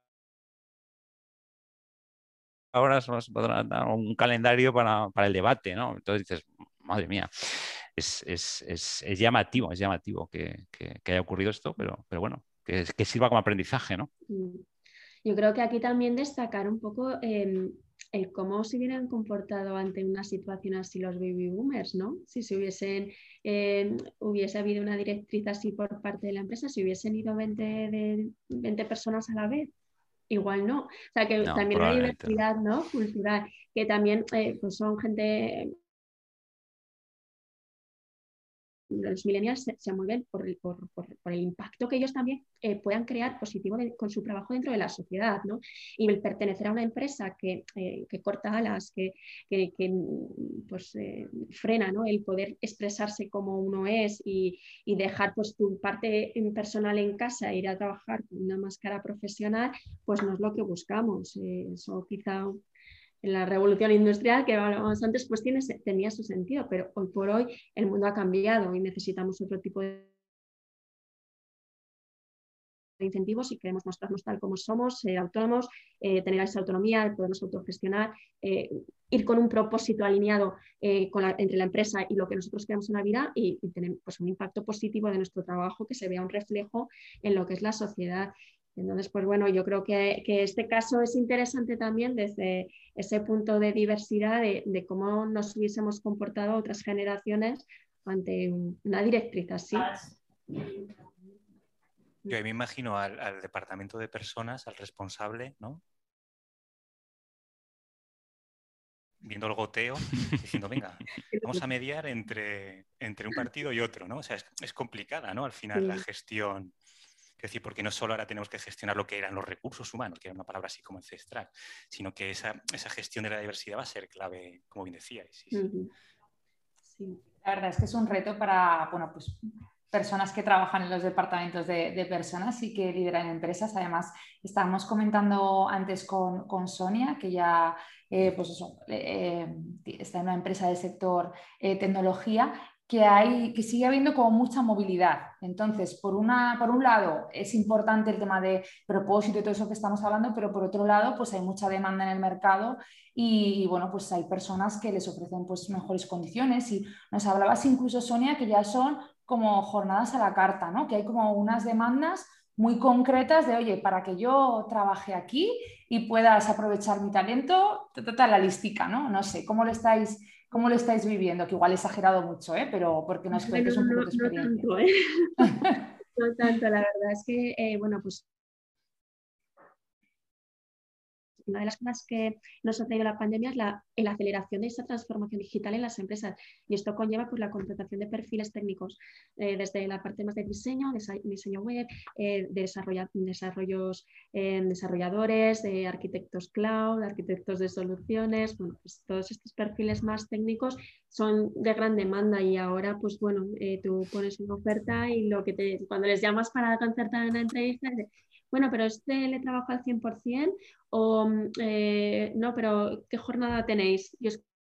ahora nos podrán dar un calendario para el debate, ¿no? Entonces dices, madre mía, es llamativo que haya ocurrido esto, pero bueno, que sirva como aprendizaje, ¿no? Yo creo que aquí también destacar un poco el cómo se hubieran comportado ante una situación así los baby boomers, ¿no? Si se hubiese habido una directriz así por parte de la empresa, si hubiesen ido 20 personas a la vez, igual no. O sea, que No, también la probablemente no. diversidad, ¿no?, cultural, que también pues son gente... Los millennials se mueven por el impacto que ellos también puedan crear positivo con su trabajo dentro de la sociedad, ¿no? Y el pertenecer a una empresa que corta alas, que pues, frena, ¿no?, el poder expresarse como uno es y dejar pues, tu parte personal en casa e ir a trabajar con una máscara profesional, pues no es lo que buscamos. Eso quizá... En la revolución industrial que hablábamos antes, pues tenía su sentido, pero hoy por hoy el mundo ha cambiado y necesitamos otro tipo de incentivos si queremos mostrarnos tal como somos, ser autónomos, tener esa autonomía, podernos autogestionar, ir con un propósito alineado entre la empresa y lo que nosotros queremos en la vida y tener pues, un impacto positivo de nuestro trabajo que se vea un reflejo en lo que es la sociedad. Entonces, pues bueno, yo creo que este caso es interesante también desde ese punto de diversidad de cómo nos hubiésemos comportado otras generaciones ante una directriz así. Yo ahí me imagino al departamento de personas, al responsable, ¿no?, viendo el goteo, diciendo, venga, vamos a mediar entre un partido y otro, ¿no? O sea, es complicada, ¿no?, al final la gestión. Es decir, porque no solo ahora tenemos que gestionar lo que eran los recursos humanos, que era una palabra así como ancestral, sino que esa gestión de la diversidad va a ser clave, como bien decíais. Sí. Sí. La verdad es que es un reto para, bueno, pues personas que trabajan en los departamentos de personas y que lideran empresas. Además, estábamos comentando antes con Sonia, que ya pues eso, está en una empresa del sector tecnología, que sigue habiendo como mucha movilidad. Entonces, por un lado, es importante el tema de propósito y todo eso que estamos hablando, pero por otro lado, pues hay mucha demanda en el mercado y bueno, pues hay personas que les ofrecen pues mejores condiciones. Y nos hablabas incluso, Sonia, que ya son como jornadas a la carta, ¿no? Que hay como unas demandas muy concretas de, oye, para que yo trabaje aquí y puedas aprovechar mi talento, la listica, ¿no? No sé, ¿cómo lo estáis viviendo? Que igual he exagerado mucho, pero porque nos cuentes un poco tu experiencia. No tanto, ¿eh? No tanto, la verdad es que, bueno, pues una de las cosas que nos ha traído la pandemia es la aceleración de esa transformación digital en las empresas, y esto conlleva pues, la contratación de perfiles técnicos desde la parte más de diseño web, desarrolladores, de arquitectos cloud, arquitectos de soluciones. Bueno, pues todos estos perfiles más técnicos son de gran demanda y ahora pues bueno, tú pones una oferta y cuando les llamas para concertar una entrevista, bueno, pero le trabajo al 100%. O no, pero ¿qué jornada tenéis? Yo es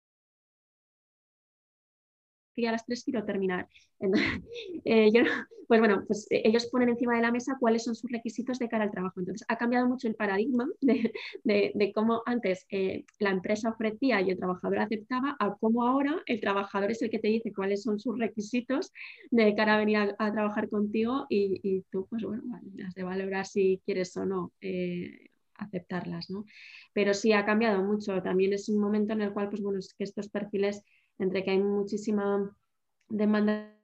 que a las 3 quiero terminar. Pues bueno, pues ellos ponen encima de la mesa cuáles son sus requisitos de cara al trabajo. Entonces ha cambiado mucho el paradigma de cómo antes la empresa ofrecía y el trabajador aceptaba, a cómo ahora el trabajador es el que te dice cuáles son sus requisitos de cara a venir a trabajar contigo y tú, pues bueno, has de valorar si quieres o no aceptarlas, ¿no? Pero sí ha cambiado mucho. También es un momento en el cual, pues bueno, es que estos perfiles, entre que hay muchísima demanda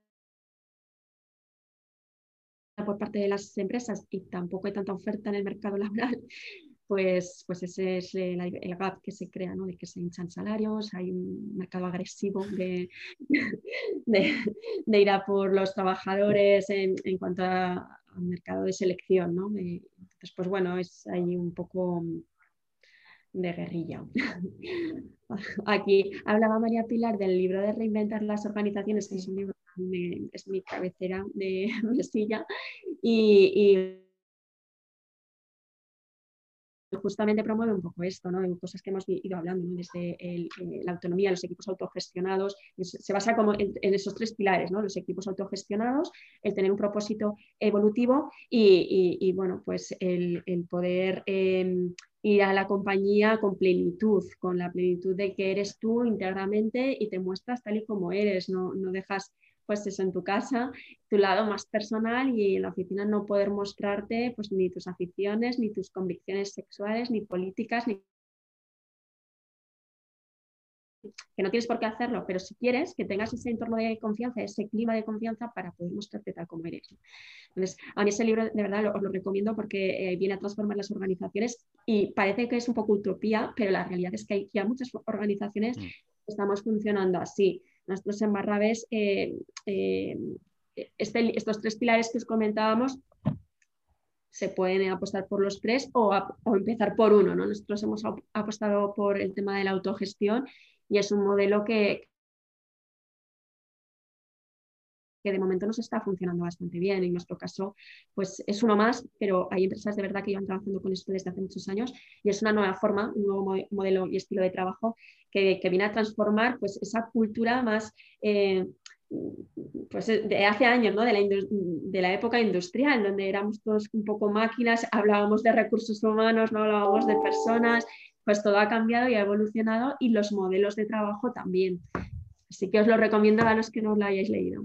por parte de las empresas y tampoco hay tanta oferta en el mercado laboral, pues ese es el gap que se crea, ¿no? De que se hinchan salarios, hay un mercado agresivo de ir a por los trabajadores en cuanto al mercado de selección, ¿no? Entonces, pues bueno, es ahí un poco de guerrilla. Aquí hablaba María Pilar del libro de Reinventar las organizaciones, que es un libro que es mi cabecera de mesilla, y justamente promueve un poco esto, ¿no? En cosas que hemos ido hablando, ¿no? Desde la autonomía, los equipos autogestionados, se basa como en esos 3 pilares, ¿no? Los equipos autogestionados, el tener un propósito evolutivo y bueno, pues el poder ir a la compañía con plenitud, con la plenitud de que eres tú íntegramente y te muestras tal y como eres, no dejas pues eso en tu casa, tu lado más personal, y en la oficina no poder mostrarte pues ni tus aficiones, ni tus convicciones sexuales, ni políticas, ni que no tienes por qué hacerlo, pero si quieres, que tengas ese entorno de confianza, ese clima de confianza para poder mostrarte tal como eres. Entonces, a mí ese libro de verdad os lo recomiendo porque viene a transformar las organizaciones y parece que es un poco utopía, pero la realidad es que hay ya muchas organizaciones que estamos funcionando así. Nosotros en Barrabés, estos 3 pilares que os comentábamos, se pueden apostar por los 3 o empezar por uno, ¿no? Nosotros hemos apostado por el tema de la autogestión y es un modelo que de momento nos está funcionando bastante bien. En nuestro caso, pues es uno más, pero hay empresas de verdad que llevan trabajando con esto desde hace muchos años y es una nueva forma, un nuevo modelo y estilo de trabajo que viene a transformar pues esa cultura más pues de hace años, ¿no? de la época industrial, donde éramos todos un poco máquinas, hablábamos de recursos humanos, no hablábamos de personas, pues todo ha cambiado y ha evolucionado y los modelos de trabajo también. Así que os lo recomiendo a los que no lo hayáis leído.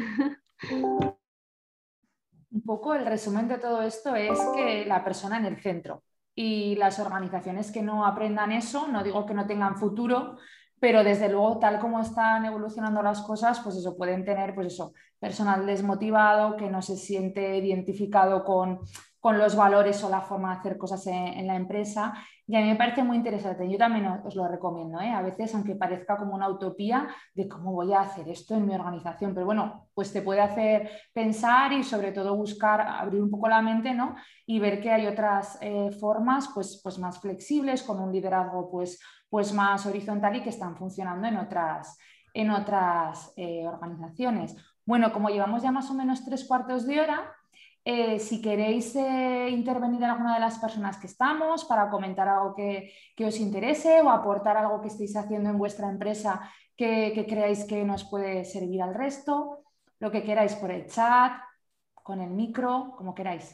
Un poco el resumen de todo esto es que la persona en el centro y las organizaciones que no aprendan eso, no digo que no tengan futuro, pero desde luego tal como están evolucionando las cosas, pues eso, pueden tener pues eso, personal desmotivado, que no se siente identificado con los valores o la forma de hacer cosas en la empresa. Y a mí me parece muy interesante. Yo también os lo recomiendo, ¿eh? A veces, aunque parezca como una utopía de cómo voy a hacer esto en mi organización, pero bueno, pues te puede hacer pensar y sobre todo buscar abrir un poco la mente, ¿no? Y ver que hay otras formas pues más flexibles, con un liderazgo pues más horizontal y que están funcionando en otras organizaciones. Bueno, como llevamos ya más o menos 3/4 de hora, si queréis intervenir en alguna de las personas que estamos para comentar algo que os interese o aportar algo que estéis haciendo en vuestra empresa que creáis que nos puede servir al resto, lo que queráis por el chat, con el micro, como queráis.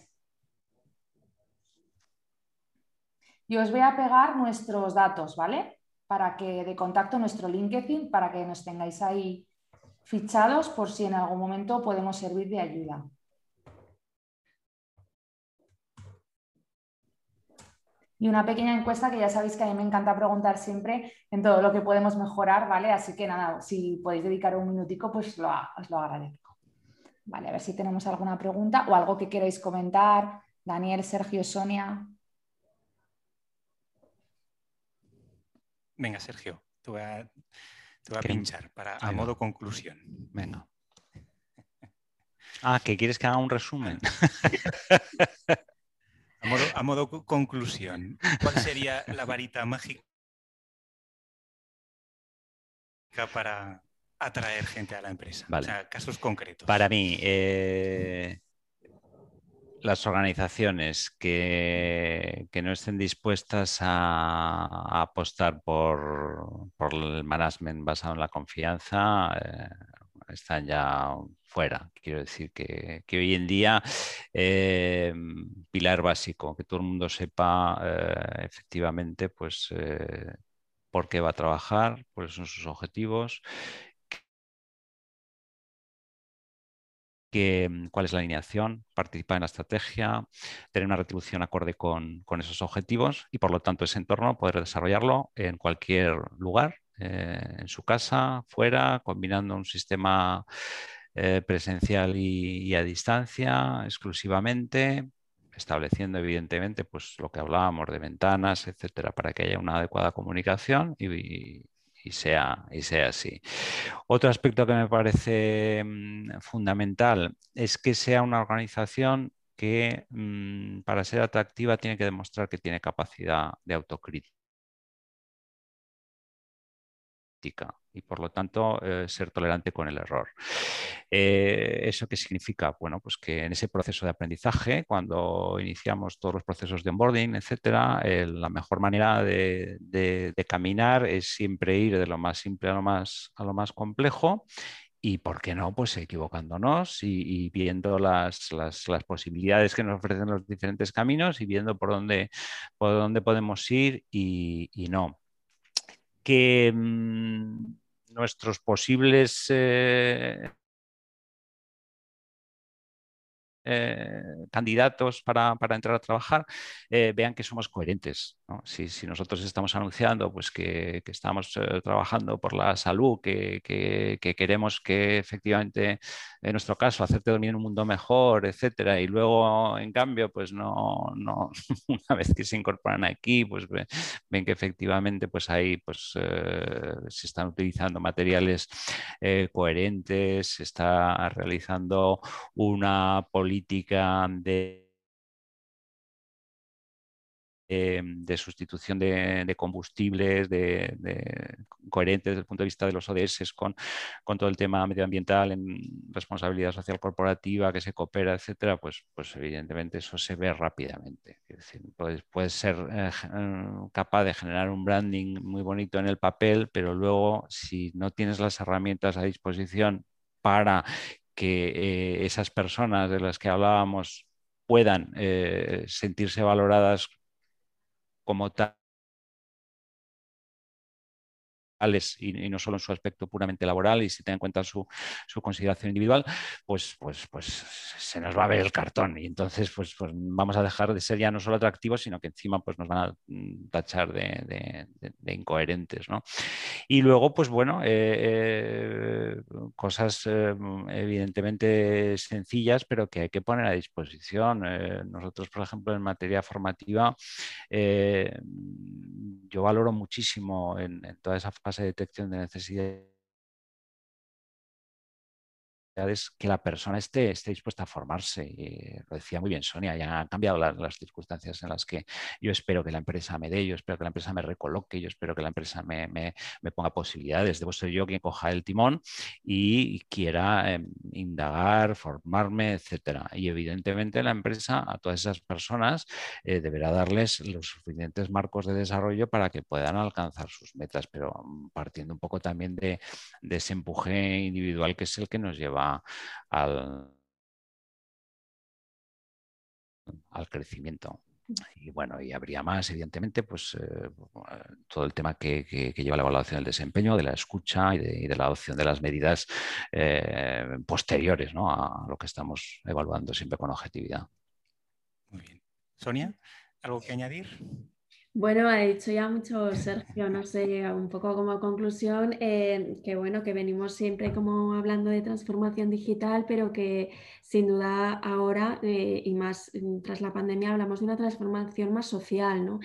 Y os voy a pegar nuestros datos, ¿vale? Para que de contacto, nuestro LinkedIn, para que nos tengáis ahí fichados por si en algún momento podemos servir de ayuda. Y una pequeña encuesta que ya sabéis que a mí me encanta preguntar siempre en todo lo que podemos mejorar, ¿vale? Así que nada, si podéis dedicar un minutico, pues os lo agradezco. Vale, a ver si tenemos alguna pregunta o algo que queráis comentar. Daniel, Sergio, Sonia. Venga, Sergio, te voy a pinchar a Ahí va. modo conclusión. Venga. Ah, ¿que quieres que haga un resumen? A modo conclusión, ¿cuál sería la varita mágica para atraer gente a la empresa? Vale. O sea, casos concretos. Para mí, las organizaciones que no estén dispuestas a apostar por el management basado en la confianza están ya fuera. Quiero decir que hoy en día, pilar básico, que todo el mundo sepa efectivamente pues, por qué va a trabajar, cuáles son sus objetivos, cuál es la alineación, participar en la estrategia, tener una retribución acorde con esos objetivos y, por lo tanto, ese entorno poder desarrollarlo en cualquier lugar, en su casa, fuera, combinando un sistema presencial y a distancia exclusivamente, estableciendo evidentemente pues lo que hablábamos de ventanas, etcétera, para que haya una adecuada comunicación y sea así. Otro aspecto que me parece fundamental es que sea una organización que para ser atractiva tiene que demostrar que tiene capacidad de autocrítica y, por lo tanto, ser tolerante con el error. ¿Eso qué significa? Bueno, pues que en ese proceso de aprendizaje, cuando iniciamos todos los procesos de onboarding, etcétera, la mejor manera de caminar es siempre ir de lo más simple a lo más complejo. Y, ¿por qué no? Pues equivocándonos y viendo las posibilidades que nos ofrecen los diferentes caminos y viendo por dónde podemos ir y no. Que nuestros posibles candidatos para entrar a trabajar vean que somos coherentes, ¿no? Si nosotros estamos anunciando pues, que estamos trabajando por la salud, que queremos que efectivamente, en nuestro caso, hacerte dormir en un mundo mejor, etcétera, y luego, en cambio, pues no una vez que se incorporan aquí, pues ven que efectivamente pues ahí pues, se están utilizando materiales coherentes, se está realizando una política de sustitución de combustibles coherentes desde el punto de vista de los ODS con todo el tema medioambiental en responsabilidad social corporativa, que se coopera, etcétera, pues evidentemente eso se ve rápidamente. Es decir, puedes ser capaz de generar un branding muy bonito en el papel, pero luego, si no tienes las herramientas a disposición para que esas personas de las que hablábamos puedan sentirse valoradas como tales y no solo en su aspecto puramente laboral, y si ten en cuenta su consideración individual, pues se nos va a ver el cartón y entonces pues vamos a dejar de ser ya no solo atractivos, sino que encima pues nos van a tachar de incoherentes, ¿no? Y luego, pues bueno, cosas evidentemente sencillas, pero que hay que poner a disposición. Nosotros, por ejemplo, en materia formativa, yo valoro muchísimo en toda esa fase de detección de necesidades es que la persona esté dispuesta a formarse. Y lo decía muy bien Sonia, ya han cambiado las circunstancias en las que yo espero que la empresa me dé, yo espero que la empresa me recoloque, yo espero que la empresa me ponga posibilidades. Debo ser yo quien coja el timón y quiera indagar, formarme, etcétera. Y evidentemente la empresa a todas esas personas deberá darles los suficientes marcos de desarrollo para que puedan alcanzar sus metas, pero partiendo un poco también de ese empuje individual que es el que nos lleva al crecimiento. Y bueno, y habría más, evidentemente, pues todo el tema que lleva la evaluación del desempeño, de la escucha y de la adopción de las medidas posteriores, ¿no?, a lo que estamos evaluando siempre con objetividad. Muy bien. Sonia, ¿algo que añadir? Bueno, ha dicho ya mucho Sergio, no sé, un poco como conclusión, que bueno, que venimos siempre como hablando de transformación digital, pero que sin duda ahora y más tras la pandemia hablamos de una transformación más social, ¿no?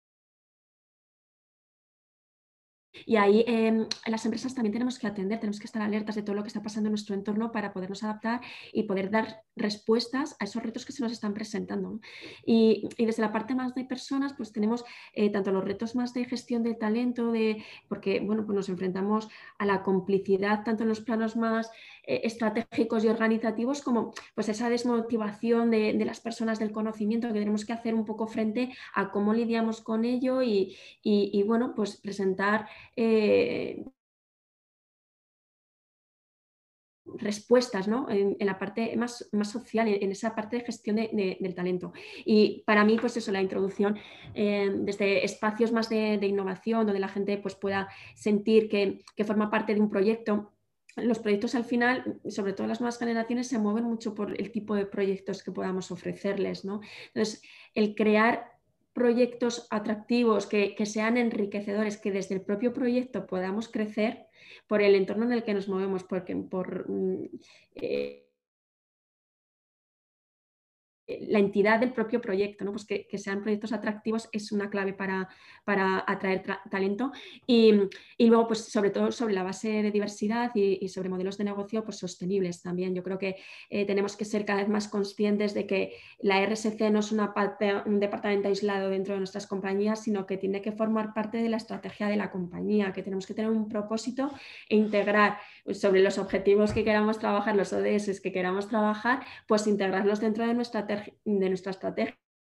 Y ahí las empresas también tenemos que atender, tenemos que estar alertas de todo lo que está pasando en nuestro entorno para podernos adaptar y poder dar respuestas a esos retos que se nos están presentando, ¿no? Y desde la parte más de personas, pues tenemos tanto los retos más de gestión del talento, porque bueno, pues nos enfrentamos a la complicidad tanto en los planos más estratégicos y organizativos como pues esa desmotivación de las personas del conocimiento, que tenemos que hacer un poco frente a cómo lidiamos con ello y bueno, pues presentar respuestas, ¿no?, en la parte más social, en esa parte de gestión del talento. Y para mí, pues eso, la introducción desde espacios más de innovación, donde la gente pues, pueda sentir que forma parte de un proyecto. Los proyectos al final, sobre todo las nuevas generaciones, se mueven mucho por el tipo de proyectos que podamos ofrecerles, ¿no? Entonces, el crear proyectos atractivos que sean enriquecedores, que desde el propio proyecto podamos crecer por el entorno en el que nos movemos, porque la entidad del propio proyecto, ¿no? Pues que sean proyectos atractivos es una clave para atraer talento y luego pues sobre todo sobre la base de diversidad y sobre modelos de negocio pues sostenibles también. Yo creo que tenemos que ser cada vez más conscientes de que la RSC no es un departamento aislado dentro de nuestras compañías, sino que tiene que formar parte de la estrategia de la compañía, que tenemos que tener un propósito e integrar sobre los objetivos que queramos trabajar, los ODS que queramos trabajar, pues integrarlos dentro de nuestra estrategia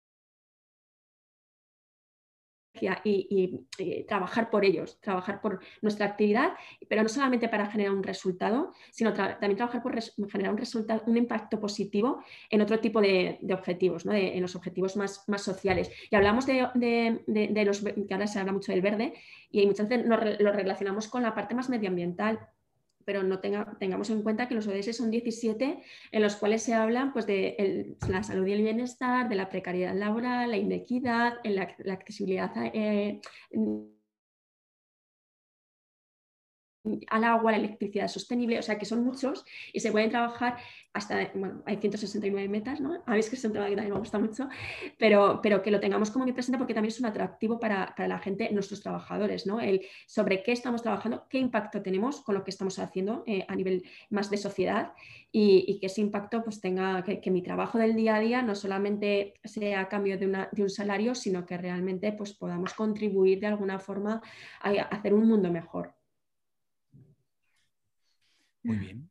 y trabajar por ellos, trabajar por nuestra actividad, pero no solamente para generar un resultado, sino también trabajar por generar un resultado, un impacto positivo en otro tipo de objetivos, ¿no? En los objetivos más sociales. Y hablamos de los que ahora se habla mucho del verde y muchas veces lo relacionamos con la parte más medioambiental, pero no tengamos en cuenta que los ODS son 17 en los cuales se hablan pues, de la salud y el bienestar, de la precariedad laboral, la inequidad, la accesibilidad al agua, la electricidad sostenible, o sea que son muchos y se pueden trabajar hasta, bueno, hay 169 metas, ¿no? A mí es que es un tema que también me gusta mucho, pero que lo tengamos como muy presente porque también es un atractivo para la gente, nuestros trabajadores, ¿no? El sobre qué estamos trabajando, qué impacto tenemos con lo que estamos haciendo a nivel más de sociedad y que ese impacto pues tenga, que mi trabajo del día a día no solamente sea a cambio de un salario, sino que realmente pues podamos contribuir de alguna forma a hacer un mundo mejor. Muy bien.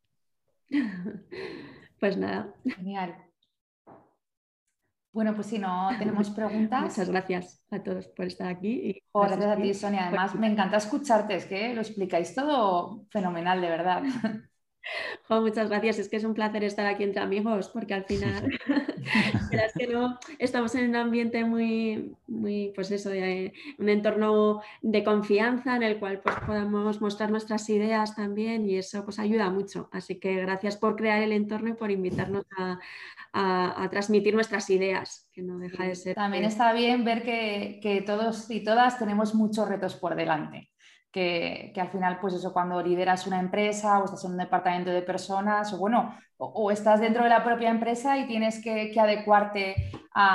Pues nada. Genial. Bueno, pues si no tenemos preguntas. Muchas gracias a todos por estar aquí. Gracias a ti, Sonia. Además, me encanta escucharte, es que lo explicáis todo fenomenal, de verdad. Muchas gracias, es que es un placer estar aquí entre amigos, porque al final es que no estamos en un ambiente muy, pues eso, de un entorno de confianza en el cual pues podamos mostrar nuestras ideas también y eso pues ayuda mucho. Así que gracias por crear el entorno y por invitarnos a transmitir nuestras ideas, que no deja de ser. También está bien ver que todos y todas tenemos muchos retos por delante. Que al final, pues eso, cuando lideras una empresa o estás en un departamento de personas o bueno, o estás dentro de la propia empresa y tienes que adecuarte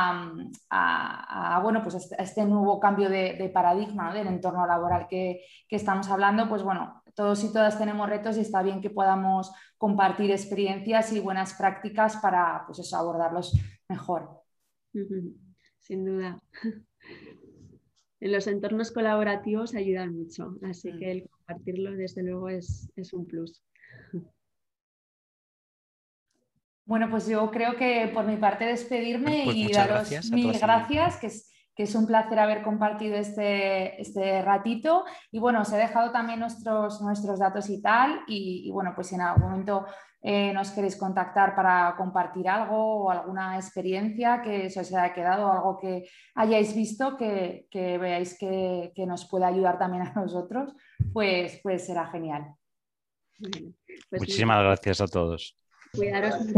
bueno, pues a este nuevo cambio de paradigma, ¿no?, del entorno laboral que estamos hablando, pues bueno, todos y todas tenemos retos y está bien que podamos compartir experiencias y buenas prácticas para pues eso, abordarlos mejor. Sin duda. En los entornos colaborativos ayudan mucho, así que el compartirlo desde luego es un plus. Bueno, pues yo creo que por mi parte despedirme pues y daros gracias mil gracias, que es un placer haber compartido este ratito. Y bueno, os he dejado también nuestros datos y tal. Y bueno, pues si en algún momento nos queréis contactar para compartir algo o alguna experiencia que se os haya quedado, o algo que hayáis visto que veáis que nos puede ayudar también a nosotros, pues será genial. Bueno, pues muchísimas gracias a todos. cuidaros mucho.